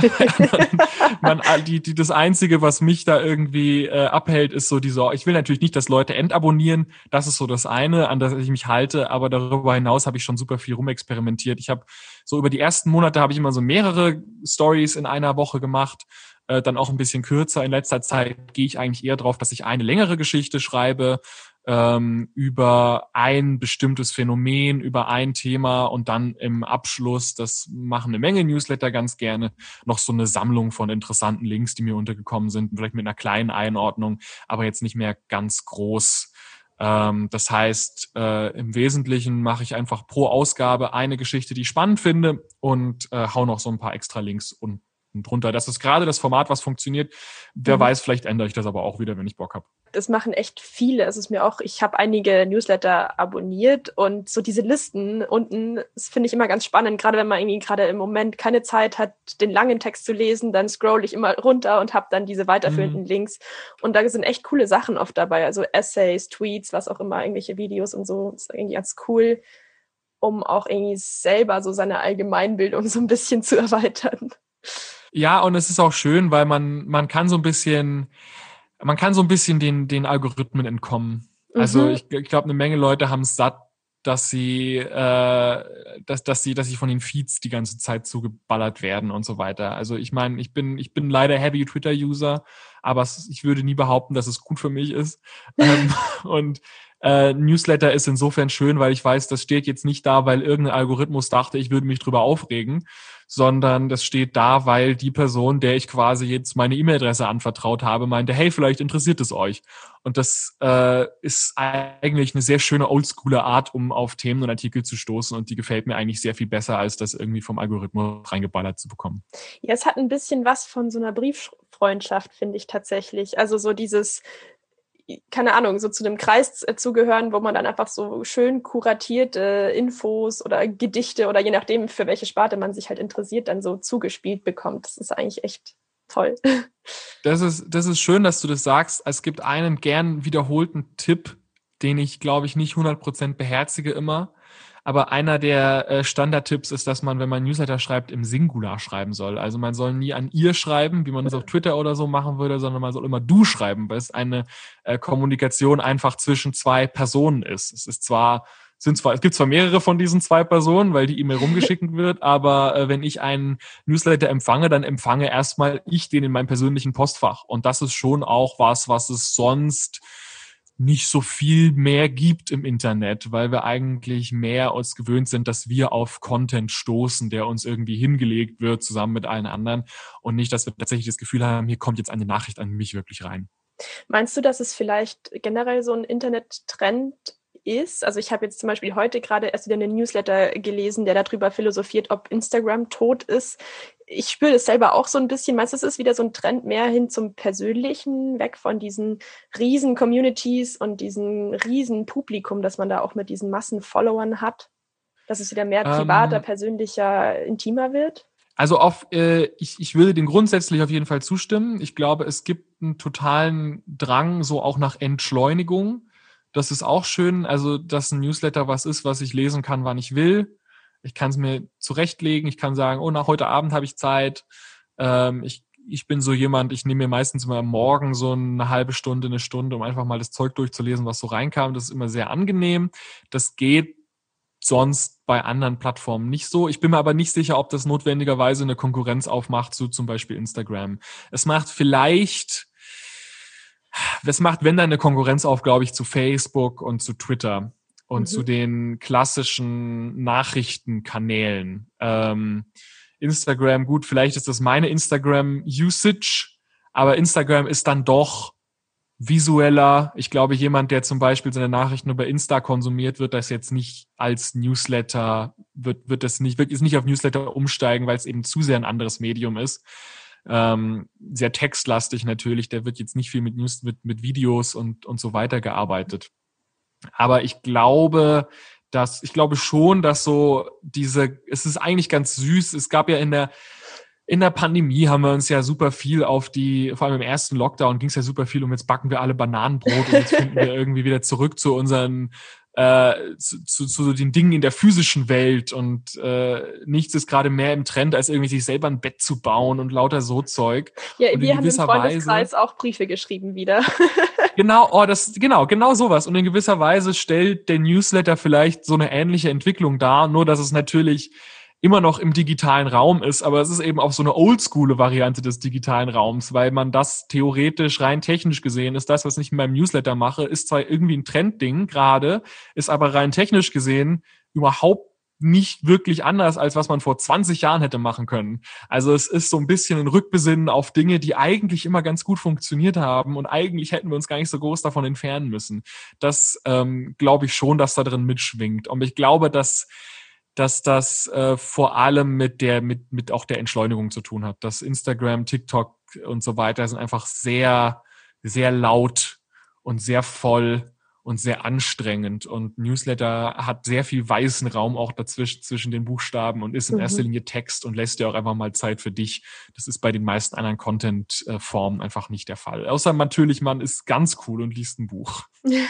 man, die, die, das Einzige, was mich da irgendwie äh, abhält, ist so diese, ich will natürlich nicht, dass Leute entabonnieren. Das ist so das eine, an das ich mich halte. Aber darüber hinaus habe ich schon super viel rumexperimentiert. Ich habe so über die ersten Monate habe ich immer so mehrere Stories in einer Woche gemacht. Äh, dann auch ein bisschen kürzer. In letzter Zeit gehe ich eigentlich eher drauf, dass ich eine längere Geschichte schreibe, ähm, über ein bestimmtes Phänomen, über ein Thema und dann im Abschluss, das machen eine Menge Newsletter ganz gerne, noch so eine Sammlung von interessanten Links, die mir untergekommen sind, vielleicht mit einer kleinen Einordnung, aber jetzt nicht mehr ganz groß. Ähm, das heißt, äh, im Wesentlichen mache ich einfach pro Ausgabe eine Geschichte, die ich spannend finde und äh, hau noch so ein paar extra Links unten drunter. Das ist gerade das Format, was funktioniert. Wer mhm. weiß, vielleicht ändere ich das aber auch wieder, wenn ich Bock habe. Das machen echt viele. Es ist mir auch, ich habe einige Newsletter abonniert und so diese Listen unten, das finde ich immer ganz spannend, gerade wenn man irgendwie gerade im Moment keine Zeit hat, den langen Text zu lesen, dann scroll ich immer runter und habe dann diese weiterführenden mhm. Links und da sind echt coole Sachen oft dabei, also Essays, Tweets, was auch immer, irgendwelche Videos und so. Das ist irgendwie ganz cool, um auch irgendwie selber so seine Allgemeinbildung so ein bisschen zu erweitern. Ja, und es ist auch schön, weil man man kann so ein bisschen man kann so ein bisschen den den Algorithmen entkommen. Mhm. Also ich, ich glaube, eine Menge Leute haben es satt, dass sie äh, dass dass sie dass sie von den Feeds die ganze Zeit zugeballert werden und so weiter. Also ich meine, ich bin ich bin leider Heavy Twitter-User, aber es, ich würde nie behaupten, dass es gut für mich ist. ähm, und Äh, Newsletter ist insofern schön, weil ich weiß, das steht jetzt nicht da, weil irgendein Algorithmus dachte, ich würde mich drüber aufregen, sondern das steht da, weil die Person, der ich quasi jetzt meine E-Mail-Adresse anvertraut habe, meinte, hey, vielleicht interessiert es euch. Und das äh, ist eigentlich eine sehr schöne oldschooler Art, um auf Themen und Artikel zu stoßen und die gefällt mir eigentlich sehr viel besser, als das irgendwie vom Algorithmus reingeballert zu bekommen. Ja, es hat ein bisschen was von so einer Brieffreundschaft, finde ich tatsächlich. Also so dieses keine Ahnung, so zu einem Kreis äh, zugehören, wo man dann einfach so schön kuratierte Infos oder Gedichte oder je nachdem, für welche Sparte man sich halt interessiert, dann so zugespielt bekommt. Das ist eigentlich echt toll. Das ist, das ist schön, dass du das sagst. Es gibt einen gern wiederholten Tipp, den ich, glaube ich, nicht hundert Prozent beherzige immer. Aber einer der äh, Standardtipps ist, dass man, wenn man Newsletter schreibt, im Singular schreiben soll. Also man soll nie an ihr schreiben, wie man es auf Twitter oder so machen würde, sondern man soll immer du schreiben, weil es eine äh, Kommunikation einfach zwischen zwei Personen ist. Es ist zwar, sind zwar, es gibt zwar mehrere von diesen zwei Personen, weil die E-Mail rumgeschickt wird, aber äh, wenn ich einen Newsletter empfange, dann empfange erstmal ich den in meinem persönlichen Postfach. Und das ist schon auch was, was es sonst nicht so viel mehr gibt im Internet, weil wir eigentlich mehr uns gewöhnt sind, dass wir auf Content stoßen, der uns irgendwie hingelegt wird, zusammen mit allen anderen und nicht, dass wir tatsächlich das Gefühl haben, hier kommt jetzt eine Nachricht an mich wirklich rein. Meinst du, dass es vielleicht generell so ein Internet-Trend ist? Also ich habe jetzt zum Beispiel heute gerade erst wieder einen Newsletter gelesen, der darüber philosophiert, ob Instagram tot ist. Ich spüre das selber auch so ein bisschen. Meinst du, es ist wieder so ein Trend mehr hin zum Persönlichen, weg von diesen riesen Communities und diesem riesen Publikum, das man da auch mit diesen Massen-Followern hat? Dass es wieder mehr privater, ähm, persönlicher, intimer wird? Also auf, äh, ich, ich würde dem grundsätzlich auf jeden Fall zustimmen. Ich glaube, es gibt einen totalen Drang so auch nach Entschleunigung. Das ist auch schön, also dass ein Newsletter was ist, was ich lesen kann, wann ich will. Ich kann es mir zurechtlegen, ich kann sagen, oh, nach heute Abend habe ich Zeit. Ähm, ich, ich bin so jemand, ich nehme mir meistens immer am Morgen so eine halbe Stunde, eine Stunde, um einfach mal das Zeug durchzulesen, was so reinkam. Das ist immer sehr angenehm. Das geht sonst bei anderen Plattformen nicht so. Ich bin mir aber nicht sicher, ob das notwendigerweise eine Konkurrenz aufmacht zu zum Beispiel Instagram. Es macht vielleicht... Das macht, wenn dann eine Konkurrenz auf, glaube ich, zu Facebook und zu Twitter und mhm. zu den klassischen Nachrichtenkanälen. Ähm, Instagram, gut, vielleicht ist das meine Instagram-Usage, aber Instagram ist dann doch visueller. Ich glaube, jemand, der zum Beispiel seine Nachrichten über Insta konsumiert, wird das jetzt nicht als Newsletter, wird, wird das nicht, wird jetzt nicht auf Newsletter umsteigen, weil es eben zu sehr ein anderes Medium ist. Ähm, sehr textlastig natürlich, der wird jetzt nicht viel mit News, mit, mit Videos und, und so weiter gearbeitet. Aber ich glaube, dass, ich glaube schon, dass so diese, es ist eigentlich ganz süß, es gab ja in der, in der Pandemie haben wir uns ja super viel auf die, vor allem im ersten Lockdown ging es ja super viel um, jetzt backen wir alle Bananenbrot und jetzt finden wir irgendwie wieder zurück zu unseren Äh, zu, zu, zu den Dingen in der physischen Welt und äh, nichts ist gerade mehr im Trend, als irgendwie sich selber ein Bett zu bauen und lauter so Zeug. Ja, und wir haben im Freundeskreis Weise, auch Briefe geschrieben wieder. Genau, oh, das, genau, genau sowas. Und in gewisser Weise stellt der Newsletter vielleicht so eine ähnliche Entwicklung dar, nur dass es natürlich immer noch im digitalen Raum ist, aber es ist eben auch so eine oldschool-Variante des digitalen Raums, weil man das theoretisch rein technisch gesehen ist, das, was ich in meinem Newsletter mache, ist zwar irgendwie ein Trendding gerade, ist aber rein technisch gesehen überhaupt nicht wirklich anders, als was man vor zwanzig Jahren hätte machen können. Also es ist so ein bisschen ein Rückbesinnen auf Dinge, die eigentlich immer ganz gut funktioniert haben und eigentlich hätten wir uns gar nicht so groß davon entfernen müssen. Das ähm, glaube ich schon, dass da drin mitschwingt. Und ich glaube, dass dass das äh, vor allem mit der mit mit auch der Entschleunigung zu tun hat. Dass Instagram, TikTok und so weiter sind einfach sehr sehr laut und sehr voll und sehr anstrengend. Und Newsletter hat sehr viel weißen Raum auch dazwischen zwischen den Buchstaben und ist in mhm. erster Linie Text und lässt dir auch einfach mal Zeit für dich. Das ist bei den meisten anderen Content-Formen einfach nicht der Fall. Außer natürlich, man ist ganz cool und liest ein Buch.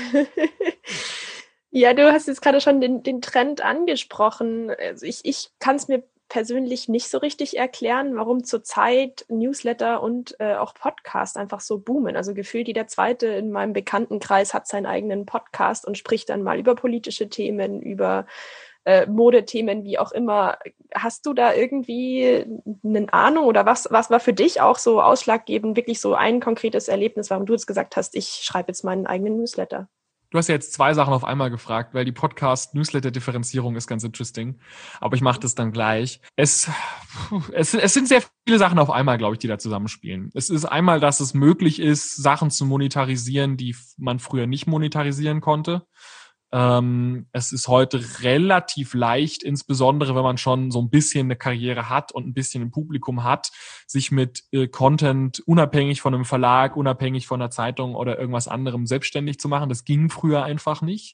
Ja, du hast jetzt gerade schon den, den Trend angesprochen. Also ich, ich kann es mir persönlich nicht so richtig erklären, warum zurzeit Newsletter und äh, auch Podcast einfach so boomen. Also gefühlt jeder Zweite in meinem Bekanntenkreis hat seinen eigenen Podcast und spricht dann mal über politische Themen, über äh, Modethemen, wie auch immer. Hast du da irgendwie eine Ahnung oder was, was war für dich auch so ausschlaggebend, wirklich so ein konkretes Erlebnis, warum du jetzt gesagt hast, ich schreibe jetzt meinen eigenen Newsletter? Du hast ja jetzt zwei Sachen auf einmal gefragt, weil die Podcast-Newsletter-Differenzierung ist ganz interesting. Aber ich mache das dann gleich. Es, es, es sind sehr viele Sachen auf einmal, glaube ich, die da zusammenspielen. Es ist einmal, dass es möglich ist, Sachen zu monetarisieren, die man früher nicht monetarisieren konnte. Ähm, es ist heute relativ leicht, insbesondere wenn man schon so ein bisschen eine Karriere hat und ein bisschen ein Publikum hat, sich mit äh, Content unabhängig von einem Verlag, unabhängig von einer Zeitung oder irgendwas anderem selbstständig zu machen. Das ging früher einfach nicht.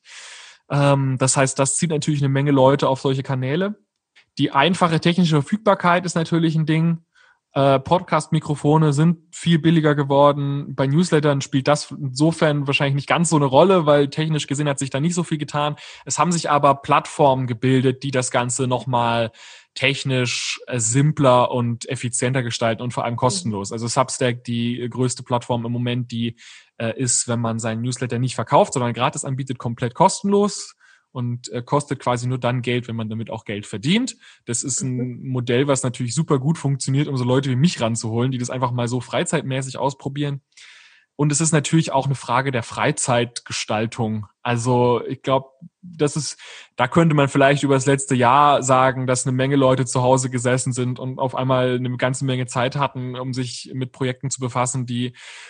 Ähm, das heißt, das zieht natürlich eine Menge Leute auf solche Kanäle. Die einfache technische Verfügbarkeit ist natürlich ein Ding. Äh, Podcast-Mikrofone sind viel billiger geworden. Bei Newslettern spielt das insofern wahrscheinlich nicht ganz so eine Rolle, weil technisch gesehen hat sich da nicht so viel getan. Es haben sich aber Plattformen gebildet, die das Ganze nochmal technisch äh, simpler und effizienter gestalten und vor allem kostenlos. Also Substack, die größte Plattform im Moment, die äh, ist, wenn man seinen Newsletter nicht verkauft, sondern gratis anbietet, komplett kostenlos. Und äh, kostet quasi nur dann Geld, wenn man damit auch Geld verdient. Das ist ein mhm. Modell, was natürlich super gut funktioniert, um so Leute wie mich ranzuholen, die das einfach mal so freizeitmäßig ausprobieren. Und es ist natürlich auch eine Frage der Freizeitgestaltung. Also ich glaube, das ist, da könnte man vielleicht über das letzte Jahr sagen, dass eine Menge Leute zu Hause gesessen sind und auf einmal eine ganze Menge Zeit hatten, um sich mit Projekten zu befassen, die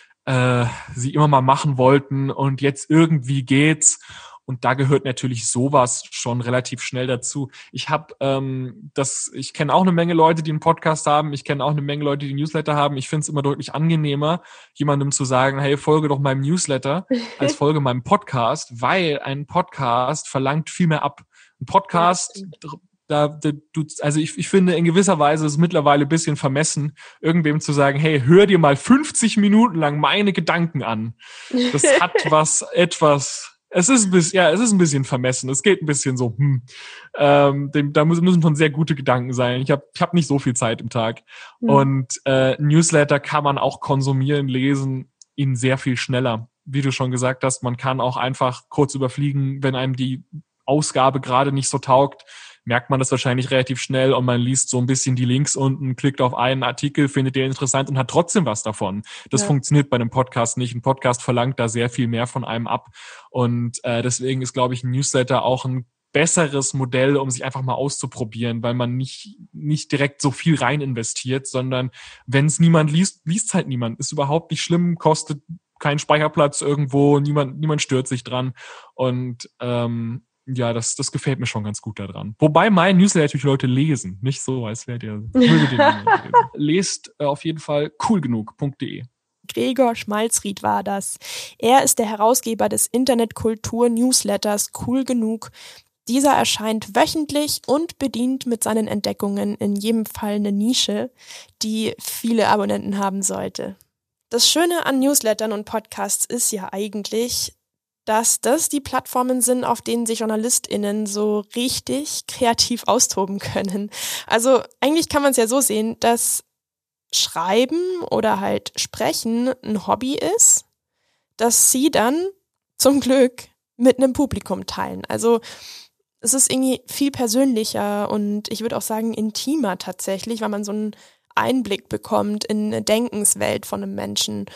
äh, sie immer mal machen wollten und jetzt irgendwie geht's. Und da gehört natürlich sowas schon relativ schnell dazu. Ich habe ähm, das, ich kenne auch eine Menge Leute, die einen Podcast haben. Ich kenne auch eine Menge Leute, die Newsletter haben. Ich finde es immer deutlich angenehmer, jemandem zu sagen, hey, folge doch meinem Newsletter, als folge meinem Podcast, weil ein Podcast verlangt viel mehr ab. Ein Podcast, da, da du, also ich, ich finde, in gewisser Weise ist es mittlerweile ein bisschen vermessen, irgendwem zu sagen, hey, hör dir mal fünfzig Minuten lang meine Gedanken an. Das hat was etwas. Es ist ein bisschen, ja, es ist ein bisschen vermessen. Es geht ein bisschen so, hm, ähm, dem, da müssen schon sehr gute Gedanken sein. Ich habe ich hab nicht so viel Zeit im Tag. Mhm. Und äh, Newsletter kann man auch konsumieren, lesen, ihn sehr viel schneller. Wie du schon gesagt hast, man kann auch einfach kurz überfliegen, wenn einem die Ausgabe gerade nicht so taugt, merkt man das wahrscheinlich relativ schnell und man liest so ein bisschen die Links unten, klickt auf einen Artikel, findet den interessant und hat trotzdem was davon. Das ja. funktioniert bei einem Podcast nicht. Ein Podcast verlangt da sehr viel mehr von einem ab und äh, deswegen ist, glaube ich, ein Newsletter auch ein besseres Modell, um sich einfach mal auszuprobieren, weil man nicht nicht direkt so viel rein investiert, sondern wenn es niemand liest, liest halt niemand. Ist überhaupt nicht schlimm, kostet keinen Speicherplatz irgendwo, niemand niemand stört sich dran und ähm, ja, das, das gefällt mir schon ganz gut daran. Wobei mein Newsletter natürlich Leute lesen. Nicht so, als wärt ihr, würdet ihr den lesen. Lest äh, auf jeden Fall coolgenug punkt de. Gregor Schmalzried war das. Er ist der Herausgeber des Internetkultur-Newsletters Cool Genug. Dieser erscheint wöchentlich und bedient mit seinen Entdeckungen in jedem Fall eine Nische, die viele Abonnenten haben sollte. Das Schöne an Newslettern und Podcasts ist ja eigentlich, dass das die Plattformen sind, auf denen sich JournalistInnen so richtig kreativ austoben können. Also eigentlich kann man es ja so sehen, dass Schreiben oder halt Sprechen ein Hobby ist, das sie dann zum Glück mit einem Publikum teilen. Also es ist irgendwie viel persönlicher und ich würde auch sagen intimer tatsächlich, weil man so einen Einblick bekommt in eine Denkenswelt von einem Menschen.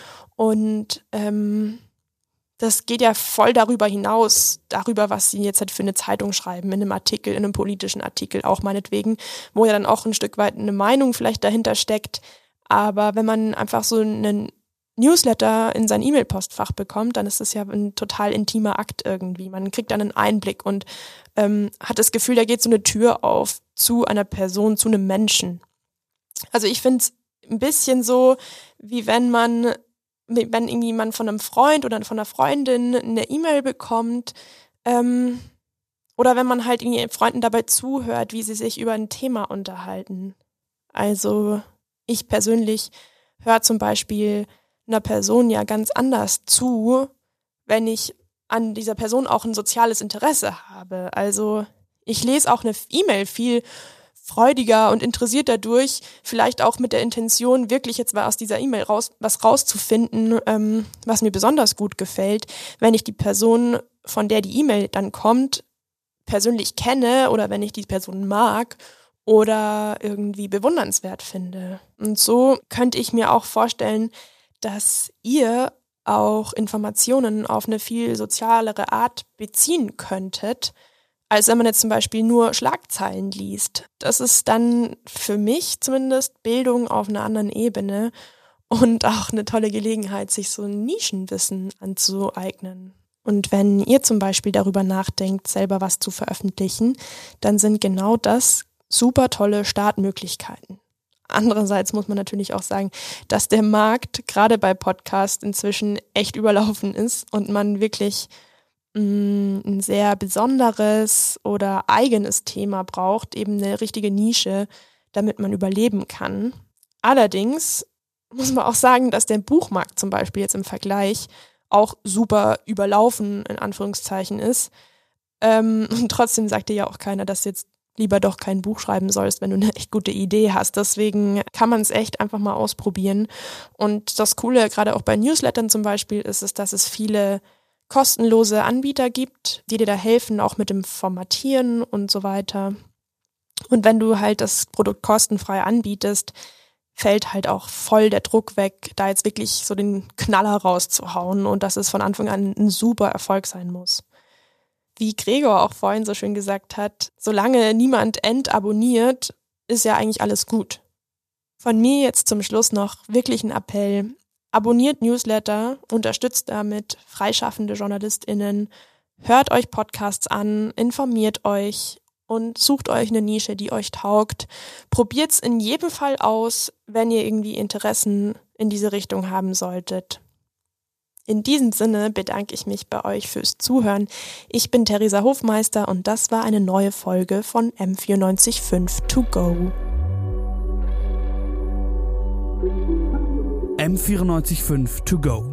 Und ähm, das geht ja voll darüber hinaus, darüber, was sie jetzt halt für eine Zeitung schreiben, in einem Artikel, in einem politischen Artikel auch meinetwegen, wo ja dann auch ein Stück weit eine Meinung vielleicht dahinter steckt. Aber wenn man einfach so einen Newsletter in sein E-Mail-Postfach bekommt, dann ist das ja ein total intimer Akt irgendwie. Man kriegt dann einen Einblick und ähm, hat das Gefühl, da geht so eine Tür auf zu einer Person, zu einem Menschen. Also ich finde es ein bisschen so, wie wenn man wenn irgendwie man von einem Freund oder von einer Freundin eine E-Mail bekommt, ähm, oder wenn man halt irgendwie Freunden dabei zuhört, wie sie sich über ein Thema unterhalten. Also ich persönlich höre zum Beispiel einer Person ja ganz anders zu, wenn ich an dieser Person auch ein soziales Interesse habe. Also ich lese auch eine E-Mail viel freudiger und interessiert dadurch, vielleicht auch mit der Intention, wirklich jetzt mal aus dieser E-Mail raus, was rauszufinden, ähm, was mir besonders gut gefällt, wenn ich die Person, von der die E-Mail dann kommt, persönlich kenne oder wenn ich die Person mag oder irgendwie bewundernswert finde. Und so könnte ich mir auch vorstellen, dass ihr auch Informationen auf eine viel sozialere Art beziehen könntet, als wenn man jetzt zum Beispiel nur Schlagzeilen liest. Das ist dann für mich zumindest Bildung auf einer anderen Ebene und auch eine tolle Gelegenheit, sich so ein Nischenwissen anzueignen. Und wenn ihr zum Beispiel darüber nachdenkt, selber was zu veröffentlichen, dann sind genau das super tolle Startmöglichkeiten. Andererseits muss man natürlich auch sagen, dass der Markt gerade bei Podcasts inzwischen echt überlaufen ist und man wirklich mh, ein sehr besonderes oder eigenes Thema braucht, eben eine richtige Nische, damit man überleben kann. Allerdings muss man auch sagen, dass der Buchmarkt zum Beispiel jetzt im Vergleich auch super überlaufen, in Anführungszeichen, ist. Ähm, und trotzdem sagt dir ja auch keiner, dass du jetzt lieber doch kein Buch schreiben sollst, wenn du eine echt gute Idee hast. Deswegen kann man es echt einfach mal ausprobieren. Und das Coole, gerade auch bei Newslettern zum Beispiel, ist es, dass es viele kostenlose Anbieter gibt, die dir da helfen, auch mit dem Formatieren und so weiter. Und wenn du halt das Produkt kostenfrei anbietest, fällt halt auch voll der Druck weg, da jetzt wirklich so den Knaller rauszuhauen und dass es von Anfang an ein super Erfolg sein muss. Wie Gregor auch vorhin so schön gesagt hat, solange niemand entabonniert, ist ja eigentlich alles gut. Von mir jetzt zum Schluss noch wirklich ein Appell. Abonniert Newsletter, unterstützt damit freischaffende JournalistInnen, hört euch Podcasts an, informiert euch und sucht euch eine Nische, die euch taugt. Probiert's in jedem Fall aus, wenn ihr irgendwie Interessen in diese Richtung haben solltet. In diesem Sinne bedanke ich mich bei euch fürs Zuhören. Ich bin Theresa Hofmeister und das war eine neue Folge von M vierundneunzig Komma fünf To Go. M vierundneunzig Komma fünf To Go.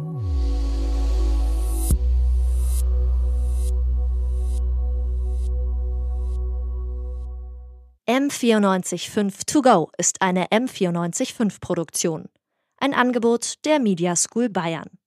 M vierundneunzig Komma fünf To Go ist eine M vierundneunzig Komma fünf Produktion. Ein Angebot der Media School Bayern.